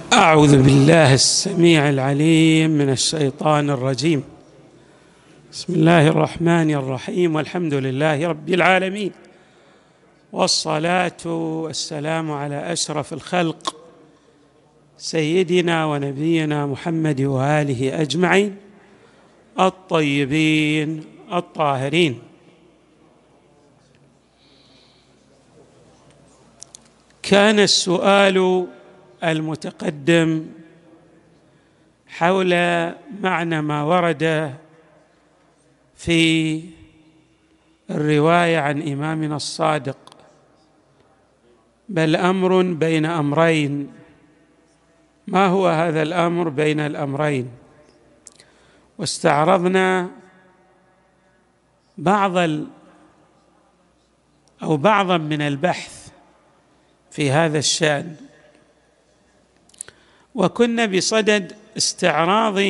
أعوذ بالله السميع العليم من الشيطان الرجيم. بسم الله الرحمن الرحيم، والحمد لله رب العالمين، والصلاة والسلام على أشرف الخلق سيدنا ونبينا محمد وآله أجمعين الطيبين الطاهرين. كان السؤال المتقدم حول معنى ما ورد في الرواية عن إمامنا الصادق، بل أمر بين أمرين. ما هو هذا الأمر بين الأمرين؟ واستعرضنا بعضا من البحث في هذا الشأن، وكنا بصدد استعراض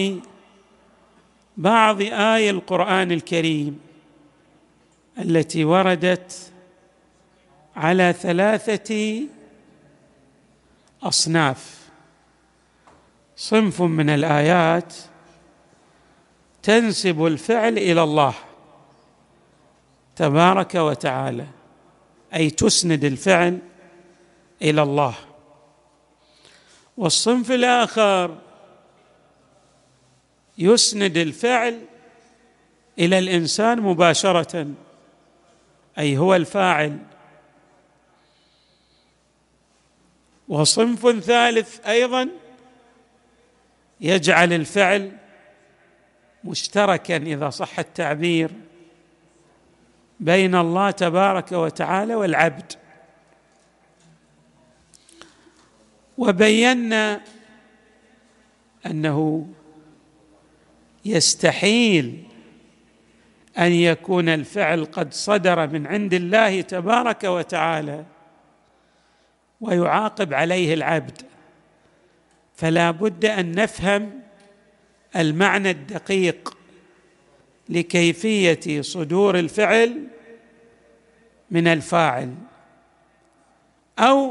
بعض آي القرآن الكريم التي وردت على 3 أصناف. صنف من الآيات تنسب الفعل إلى الله تبارك وتعالى، أي تسند الفعل إلى الله. والصنف الآخر يسند الفعل إلى الإنسان مباشرة، أي هو الفاعل. وصنف ثالث أيضا يجعل الفعل مشتركا، إذا صح التعبير، بين الله تبارك وتعالى والعبد. وبينا أنه يستحيل أن يكون الفعل قد صدر من عند الله تبارك وتعالى ويعاقب عليه العبد، فلا بد أن نفهم المعنى الدقيق لكيفية صدور الفعل من الفاعل، أو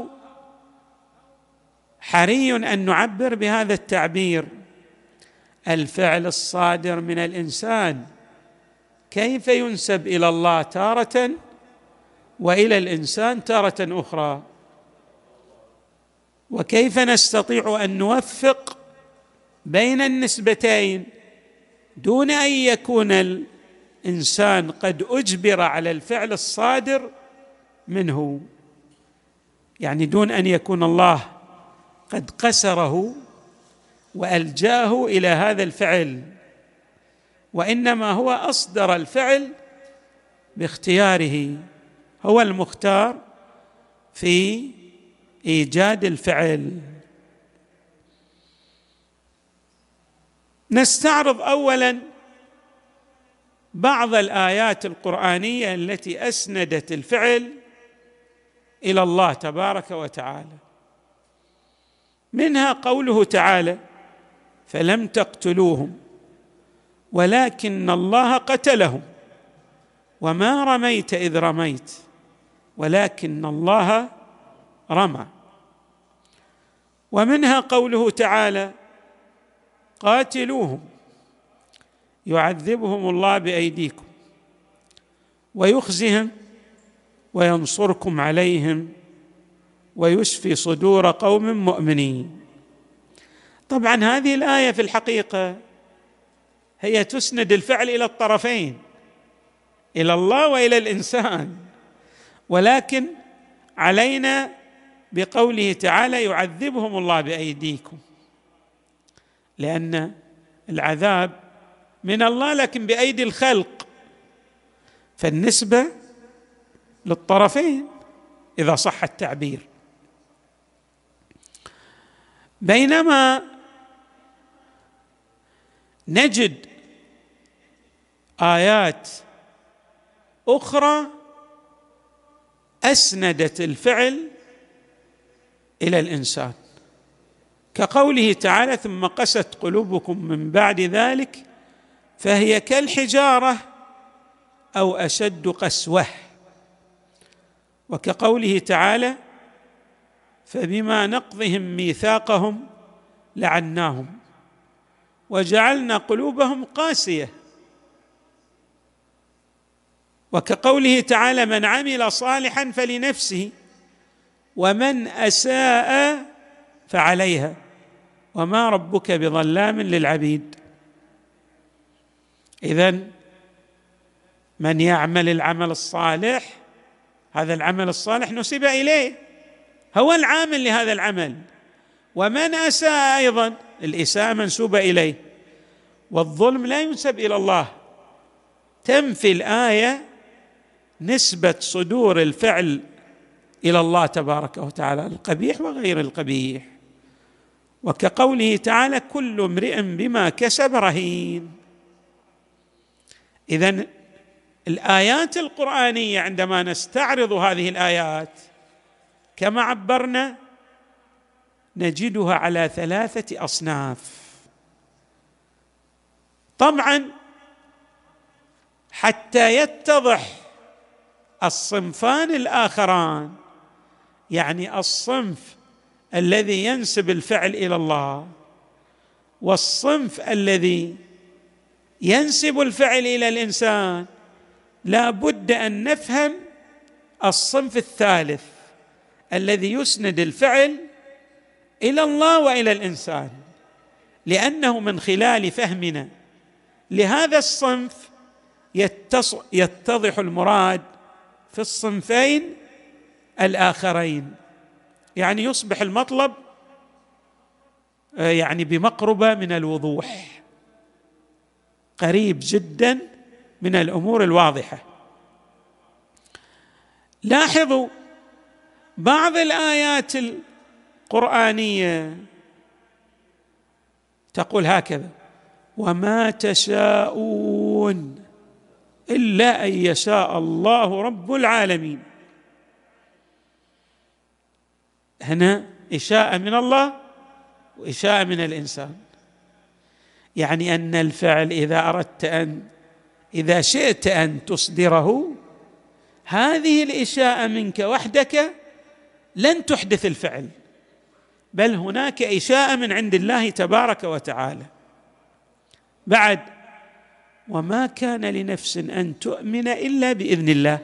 حري أن نعبر بهذا التعبير: الفعل الصادر من الإنسان كيف ينسب إلى الله تارة وإلى الإنسان تارة أخرى، وكيف نستطيع أن نوفق بين النسبتين دون أن يكون الإنسان قد أجبر على الفعل الصادر منه، يعني دون أن يكون الله قد قسره وألجاه إلى هذا الفعل، وإنما هو أصدر الفعل باختياره، هو المختار في إيجاد الفعل. نستعرض أولاً بعض الآيات القرآنية التي أسندت الفعل إلى الله تبارك وتعالى. منها قوله تعالى: فلم تقتلوهم ولكن الله قتلهم وما رميت إذ رميت ولكن الله رمى. ومنها قوله تعالى: قاتلوهم يعذبهم الله بأيديكم ويخزهم وينصركم عليهم ويشفي صدور قوم مؤمنين. طبعا هذه الآية في الحقيقة هي تسند الفعل إلى الطرفين، إلى الله وإلى الإنسان، ولكن علينا بقوله تعالى: يعذبهم الله بأيديكم، لأن العذاب من الله لكن بأيدي الخلق، فالنسبة للطرفين إذا صح التعبير. بينما نجد آيات أخرى أسندت الفعل إلى الإنسان، كقوله تعالى: ثم قست قلوبكم من بعد ذلك فهي كالحجارة أو أشد قسوة. وكقوله تعالى: فبما نقضهم ميثاقهم لعناهم وجعلنا قلوبهم قاسية. وكقوله تعالى: من عمل صالحا فلنفسه ومن أساء فعليها وما ربك بظلام للعبيد. إذن من يعمل العمل الصالح، هذا العمل الصالح نسب إليه، هو العامل لهذا العمل. ومن أساء أيضا الإساءة منسوبة إليه، والظلم لا ينسب إلى الله. تنفي الآية نسبة صدور الفعل إلى الله تبارك وتعالى، القبيح وغير القبيح. وكقوله تعالى: كل امرئ بما كسب رهين. إذن الآيات القرآنية عندما نستعرض هذه الآيات كما عبرنا نجدها على 3 أصناف. طبعا حتى يتضح الصنفان الآخران، يعني الصنف الذي ينسب الفعل إلى الله والصنف الذي ينسب الفعل إلى الإنسان، لا بد أن نفهم الصنف الثالث الذي يسند الفعل إلى الله وإلى الإنسان، لأنه من خلال فهمنا لهذا الصنف يتضح المراد في الصنفين الآخرين. يعني يصبح المطلب يعني بمقربة من الوضوح، قريب جدا من الأمور الواضحة. لاحظوا بعض الآيات القرآنية تقول هكذا: وما تشاءون إلا أن يشاء الله رب العالمين. هنا إشاءة من الله وإشاءة من الإنسان، يعني أن الفعل إذا شئت أن تصدره، هذه الإشاءة منك وحدك لن تحدث الفعل، بل هناك إشاءة من عند الله تبارك وتعالى. بعد: وما كان لنفس أن تؤمن إلا بإذن الله.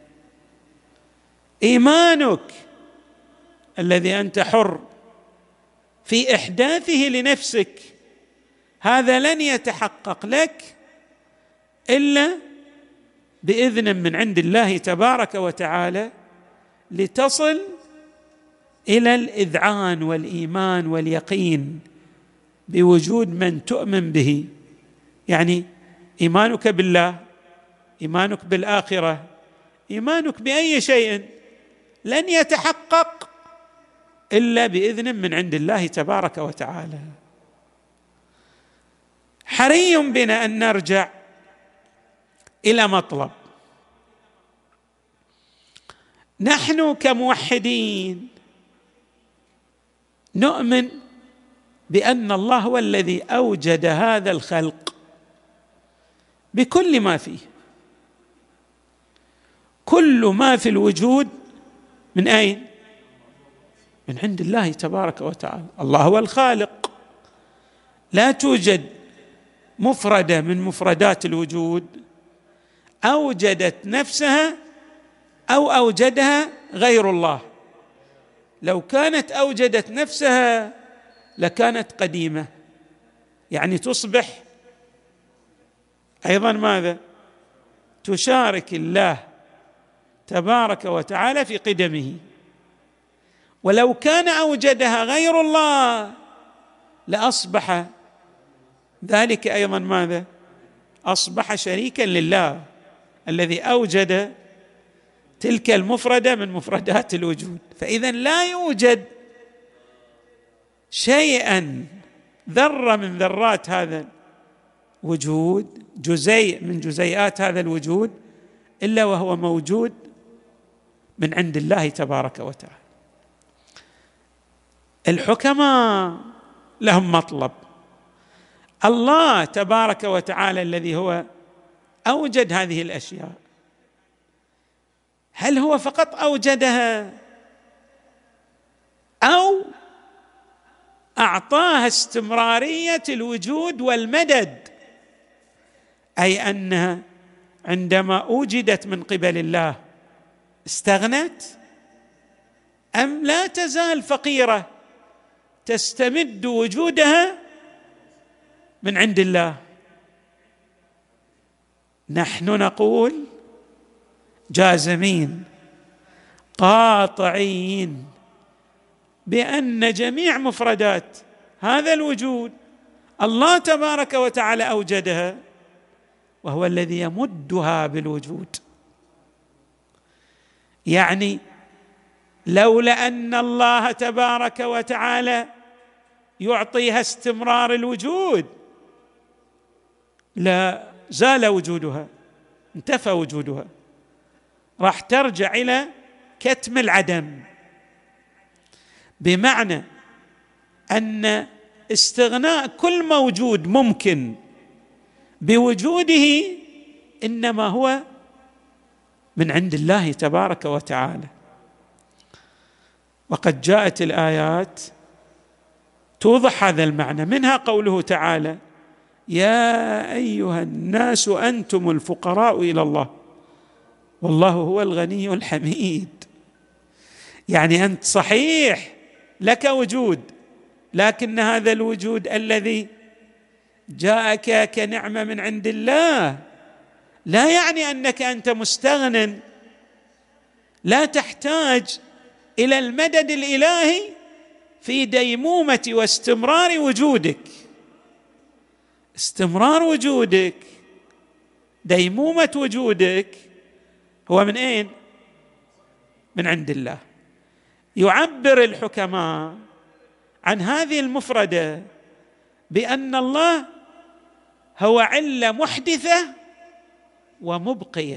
إيمانك الذي أنت حر في إحداثه لنفسك، هذا لن يتحقق لك إلا بإذن من عند الله تبارك وتعالى، لتصل إلى الإذعان والإيمان واليقين بوجود من تؤمن به. يعني إيمانك بالله، إيمانك بالآخرة، إيمانك بأي شيء لن يتحقق إلا بإذن من عند الله تبارك وتعالى. حري بنا أن نرجع إلى مطلب. نحن كموحدين نؤمن بأن الله هو الذي أوجد هذا الخلق بكل ما فيه. كل ما في الوجود من أين؟ من عند الله تبارك وتعالى. الله هو الخالق، لا توجد مفردة من مفردات الوجود أوجدت نفسها أو أوجدها غير الله. لو كانت أوجدت نفسها لكانت قديمة، يعني تصبح أيضا ماذا؟ تشارك الله تبارك وتعالى في قدمه. ولو كان أوجدها غير الله لأصبح ذلك أيضا ماذا؟ أصبح شريكا لله الذي أوجد تلك المفردة من مفردات الوجود. فإذا لا يوجد شيئا ذرة من ذرات هذا الوجود، جزيء من جزيئات هذا الوجود، إلا وهو موجود من عند الله تبارك وتعالى. الحكماء لهم مطلب. الله تبارك وتعالى الذي هو أوجد هذه الأشياء، هل هو فقط أوجدها أو أعطاها استمرارية الوجود والمدد، أي أنها عندما أوجدت من قبل الله استغنت أم لا تزال فقيرة تستمد وجودها من عند الله؟ نحن نقول جازمين قاطعين بأن جميع مفردات هذا الوجود الله تبارك وتعالى أوجدها، وهو الذي يمدها بالوجود. يعني لولا أن الله تبارك وتعالى يعطيها استمرار الوجود لا زال وجودها، انتفى وجودها، راح ترجع إلى كتم العدم، بمعنى أن استغناء كل موجود ممكن بوجوده إنما هو من عند الله تبارك وتعالى. وقد جاءت الآيات توضح هذا المعنى، منها قوله تعالى: يا أيها الناس أنتم الفقراء إلى الله والله هو الغني الحميد. يعني أنت صحيح لك وجود، لكن هذا الوجود الذي جاءك كنعمة من عند الله لا يعني أنك أنت مستغنٍ، لا تحتاج إلى المدد الإلهي في ديمومة واستمرار وجودك. استمرار وجودك، ديمومة وجودك هو من أين؟ من عند الله. يعبر الحكماء عن هذه المفردة بأن الله هو علة محدثة ومبقية،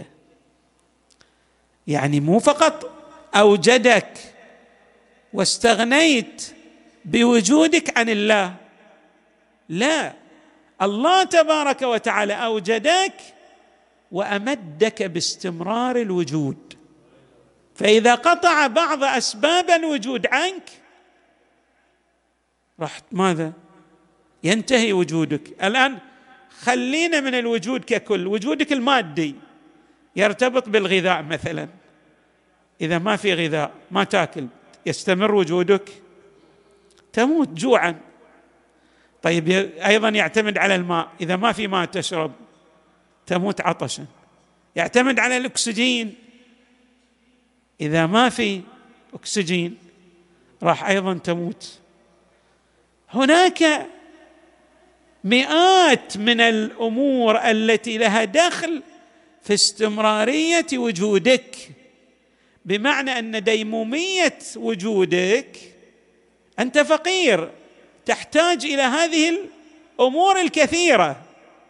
يعني مو فقط أوجدك واستغنيت بوجودك عن الله، لا، الله تبارك وتعالى أوجدك وأمدك باستمرار الوجود، فإذا قطع بعض أسباب الوجود عنك راح ماذا؟ ينتهي وجودك. الآن خلينا من الوجود ككل، وجودك المادي يرتبط بالغذاء مثلا، إذا ما في غذاء ما تاكل يستمر وجودك؟ تموت جوعا. طيب أيضا يعتمد على الماء، إذا ما في ماء تشرب تموت عطشا. يعتمد على الأكسجين، إذا ما في أكسجين راح أيضا تموت. هناك مئات من الأمور التي لها دخل في استمرارية وجودك، بمعنى أن ديمومية وجودك أنت فقير تحتاج إلى هذه الأمور الكثيرة.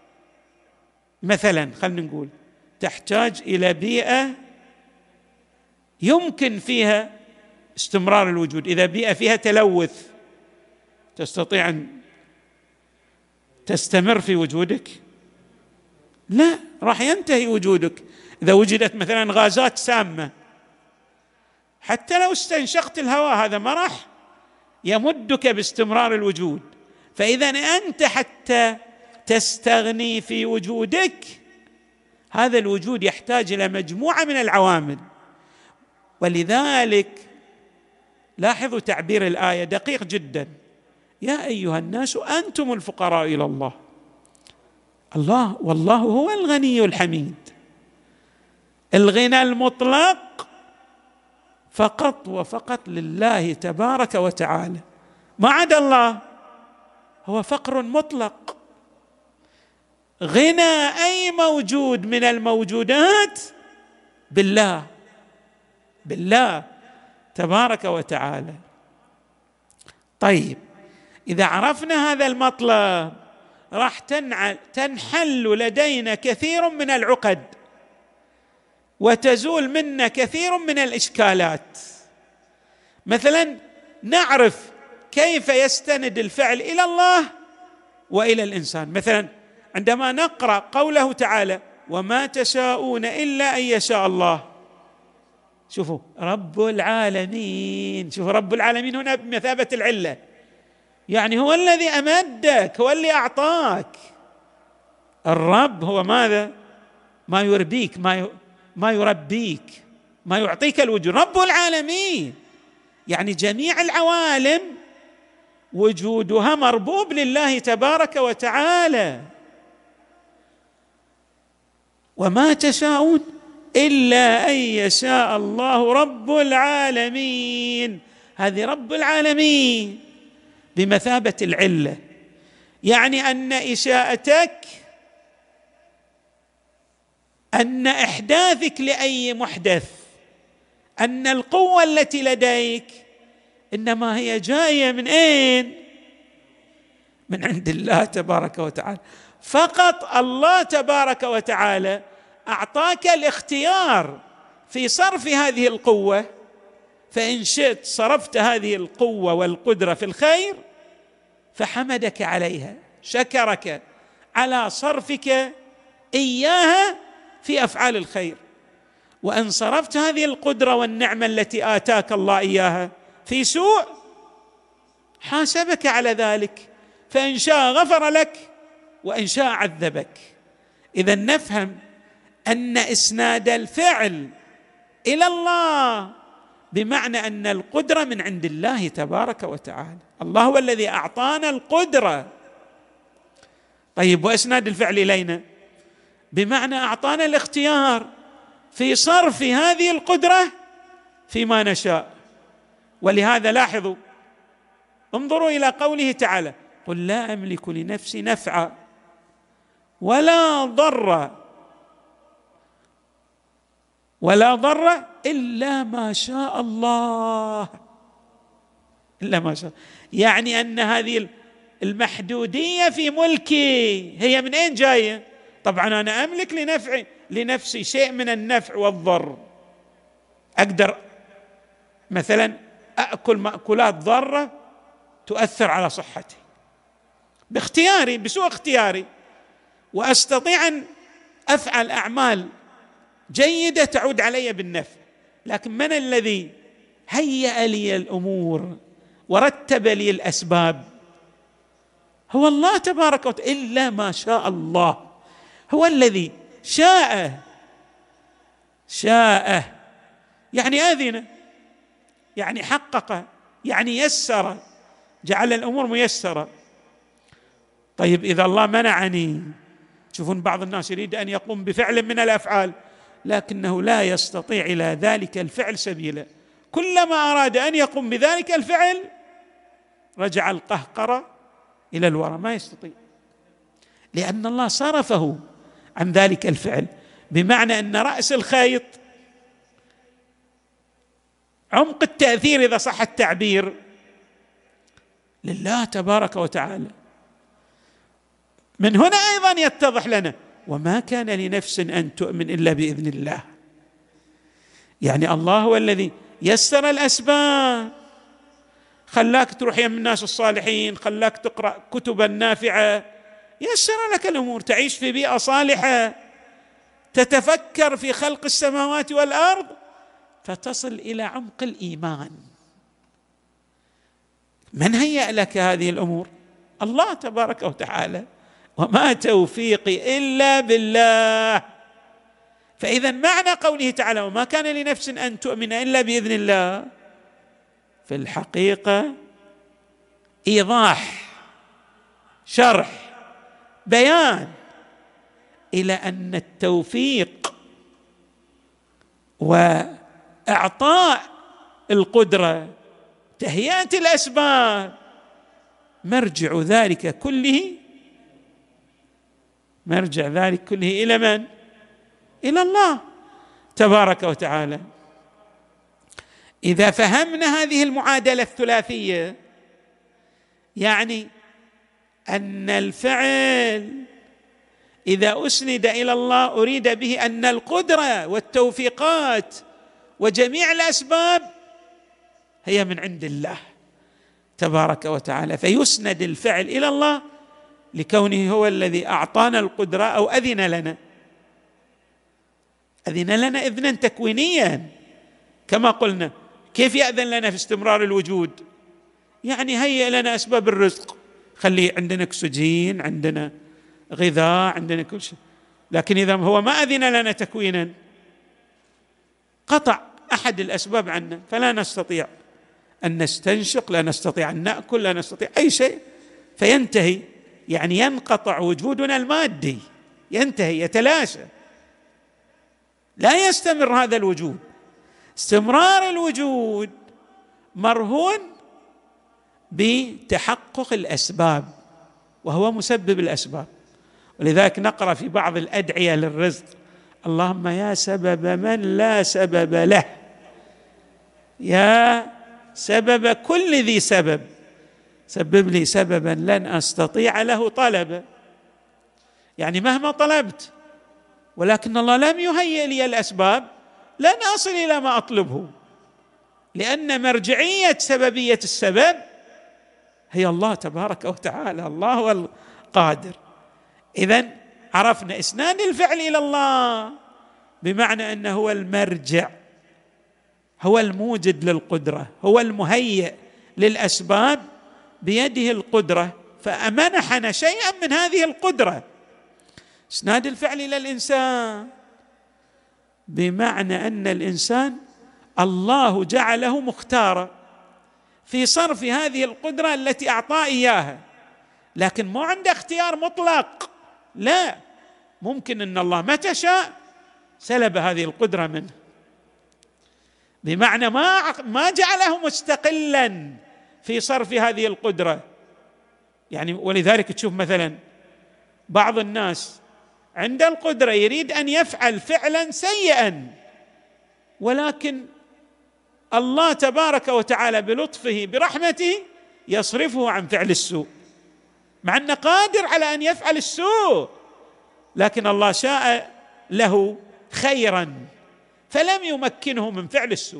مثلا خلينا نقول تحتاج إلى بيئة يمكن فيها استمرار الوجود. إذا بيئة فيها تلوث تستطيع أن تستمر في وجودك؟ لا، راح ينتهي وجودك. إذا وجدت مثلا غازات سامة، حتى لو استنشقت الهواء هذا ما راح يمدك باستمرار الوجود. فإذا أنت حتى تستغني في وجودك، هذا الوجود يحتاج إلى مجموعة من العوامل. ولذلك لاحظوا تعبير الآية دقيق جدا: يا أيها الناس أنتم الفقراء إلى الله الله والله هو الغني الحميد. الغنى المطلق فقط وفقط لله تبارك وتعالى، ما عدا الله هو فقر مطلق. غنى أي موجود من الموجودات بالله تبارك وتعالى. طيب، إذا عرفنا هذا المطلب راح تنحل لدينا كثير من العقد وتزول منا كثير من الإشكالات. مثلا نعرف كيف يستند الفعل إلى الله وإلى الإنسان. مثلا عندما نقرأ قوله تعالى: وما تشاءون إلا أن يشاء الله. شوفوا رب العالمين، شوفوا رب العالمين هنا بمثابة العلة، يعني هو الذي أمدك، هو اللي أعطاك. الرب هو ماذا؟ ما يربيك، ما يربيك، ما يعطيك الوجود، رب العالمين. يعني جميع العوالم وجودها مربوب لله تبارك وتعالى. وما تشاءون إلا أن يشاء الله رب العالمين. هذه رب العالمين بمثابة العلة، يعني أن إشاءتك، أن إحداثك لأي محدث، أن القوة التي لديك إنما هي جاية من أين؟ من عند الله تبارك وتعالى. فقط الله تبارك وتعالى أعطاك الاختيار في صرف هذه القوة، فإن شئت صرفت هذه القوة والقدرة في الخير فحمدك عليها، شكرك على صرفك إياها في أفعال الخير. وإن صرفت هذه القدرة والنعمة التي آتاك الله إياها في سوء حاسبك على ذلك، فإن شاء غفر لك وإن شاء عذبك. إذا نفهم أن إسناد الفعل إلى الله بمعنى أن القدرة من عند الله تبارك وتعالى. الله هو الذي أعطانا القدرة. طيب، وإسناد الفعل إلينا بمعنى أعطانا الاختيار في صرف هذه القدرة فيما نشاء. ولهذا لاحظوا، انظروا إلى قوله تعالى: قل لا أملك لنفسي نفعا ولا ضر إلا ما شاء الله. إلا ما شاء، يعني أن هذه المحدودية في ملكي هي من أين جاية؟ طبعا أنا أملك لنفسي شيء من النفع والضر، أقدر مثلا أكل مأكولات ضارة تؤثر على صحتي باختياري، بسوء اختياري، وأستطيع أن أفعل أعمال جيدة تعود علي بالنفع. لكن من الذي هيأ لي الأمور ورتب لي الأسباب؟ هو الله تبارك وتعالى. إلا ما شاء الله، هو الذي شاء يعني أذن، يعني حقق، يعني يسر، جعل الأمور ميسرة. طيب، إذا الله منعني، تشوفون بعض الناس يريد أن يقوم بفعل من الأفعال لكنه لا يستطيع إلى ذلك الفعل سبيلا، كلما أراد أن يقوم بذلك الفعل رجع القهقرة إلى الوراء، ما يستطيع، لأن الله صرفه عن ذلك الفعل. بمعنى أن رأس الخيط، عمق التأثير إذا صح التعبير، لله تبارك وتعالى. من هنا أيضا يتضح لنا: وما كان لنفس أن تؤمن إلا بإذن الله. يعني الله هو الذي يسر الأسباب، خلاك تروح يم الناس الصالحين، خلاك تقرأ كتبا نافعة، يسر لك الأمور، تعيش في بيئة صالحة، تتفكر في خلق السماوات والأرض فتصل إلى عمق الإيمان. من هيأ لك هذه الأمور؟ الله تبارك وتعالى. وما توفيقي إلا بالله. فإذا معنى قوله تعالى: وما كان لنفس أن تؤمن إلا بإذن الله، في الحقيقة إيضاح، شرح، بيان إلى أن التوفيق وإعطاء القدرة، تهيئة الأسباب، مرجع ذلك كله إلى من؟ إلى الله تبارك وتعالى. إذا فهمنا هذه المعادلة الثلاثية، يعني أن الفعل إذا أسند إلى الله أريد به أن القدرة والتوفيقات وجميع الأسباب هي من عند الله تبارك وتعالى، فيسند الفعل إلى الله لكونه هو الذي أعطانا القدرة أو أذن لنا إذنا تكوينيا. كما قلنا، كيف يأذن لنا في استمرار الوجود؟ يعني هيئ لنا أسباب الرزق، خلي عندنا أكسجين، عندنا غذاء، عندنا كل شيء. لكن إذا هو ما أذن لنا تكوينا، قطع أحد الأسباب عنا، فلا نستطيع أن نستنشق، لا نستطيع أن نأكل، لا نستطيع أي شيء، فينتهي، يعني ينقطع وجودنا المادي، ينتهي، يتلاشى، لا يستمر هذا الوجود. استمرار الوجود مرهون بتحقق الأسباب، وهو مسبب الأسباب. ولذلك نقرأ في بعض الأدعية للرزق: اللهم يا سبب من لا سبب له، يا سبب كل ذي سبب، سبب لي سببا لن أستطيع له طلبا. يعني مهما طلبت ولكن الله لم يهيئ لي الأسباب لن أصل إلى ما أطلبه، لأن مرجعية سببية السبب هي الله تبارك وتعالى، الله هو القادر. إذن عرفنا إسناد الفعل إلى الله بمعنى أنه هو المرجع، هو الموجد للقدرة، هو المهيئ للأسباب، بيده القدرة، فمنحنا شيئا من هذه القدرة. إسناد الفعل إلى الإنسان بمعنى أن الإنسان الله جعله مختارا في صرف هذه القدرة التي أعطاه إياها، لكن مو عنده اختيار مطلق، لا، ممكن أن الله متى شاء سلب هذه القدرة منه، بمعنى ما جعله مستقلا في صرف هذه القدرة. يعني ولذلك تشوف مثلا بعض الناس عند القدرة يريد أن يفعل فعلا سيئا، ولكن الله تبارك وتعالى بلطفه برحمته يصرفه عن فعل السوء، مع أنه قادر على أن يفعل السوء، لكن الله شاء له خيرا فلم يمكنه من فعل السوء.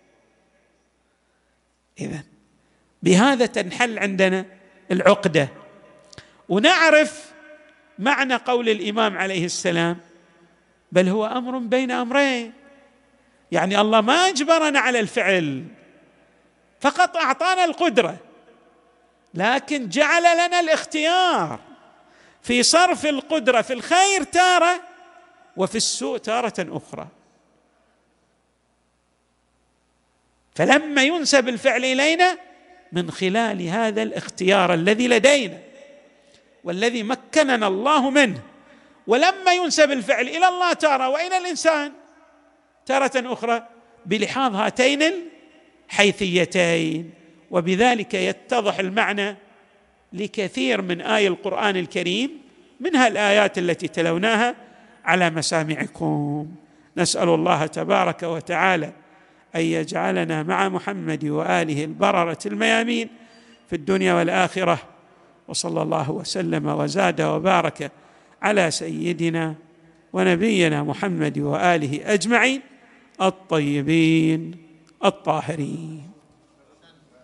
إذن بهذا تنحل عندنا العقدة، ونعرف معنى قول الإمام عليه السلام: بل هو أمر بين أمرين. يعني الله ما أجبرنا على الفعل، فقط أعطانا القدرة، لكن جعل لنا الاختيار في صرف القدرة في الخير تارة، وفي السوء تارة أخرى. فلما ينسب الفعل إلينا من خلال هذا الاختيار الذي لدينا والذي مكننا الله منه، ولما ينسب الفعل إلى الله تارة وإلى الإنسان تارة أخرى بلحاظ هاتين الحيثيتين. وبذلك يتضح المعنى لكثير من آي القرآن الكريم، منها الآيات التي تلوناها على مسامعكم. نسأل الله تبارك وتعالى أن يجعلنا مع محمد وآله البررة الميامين في الدنيا والآخرة، وصلى الله وسلم وزاد وبارك على سيدنا ونبينا محمد وآله أجمعين الطيبين الطاهرين.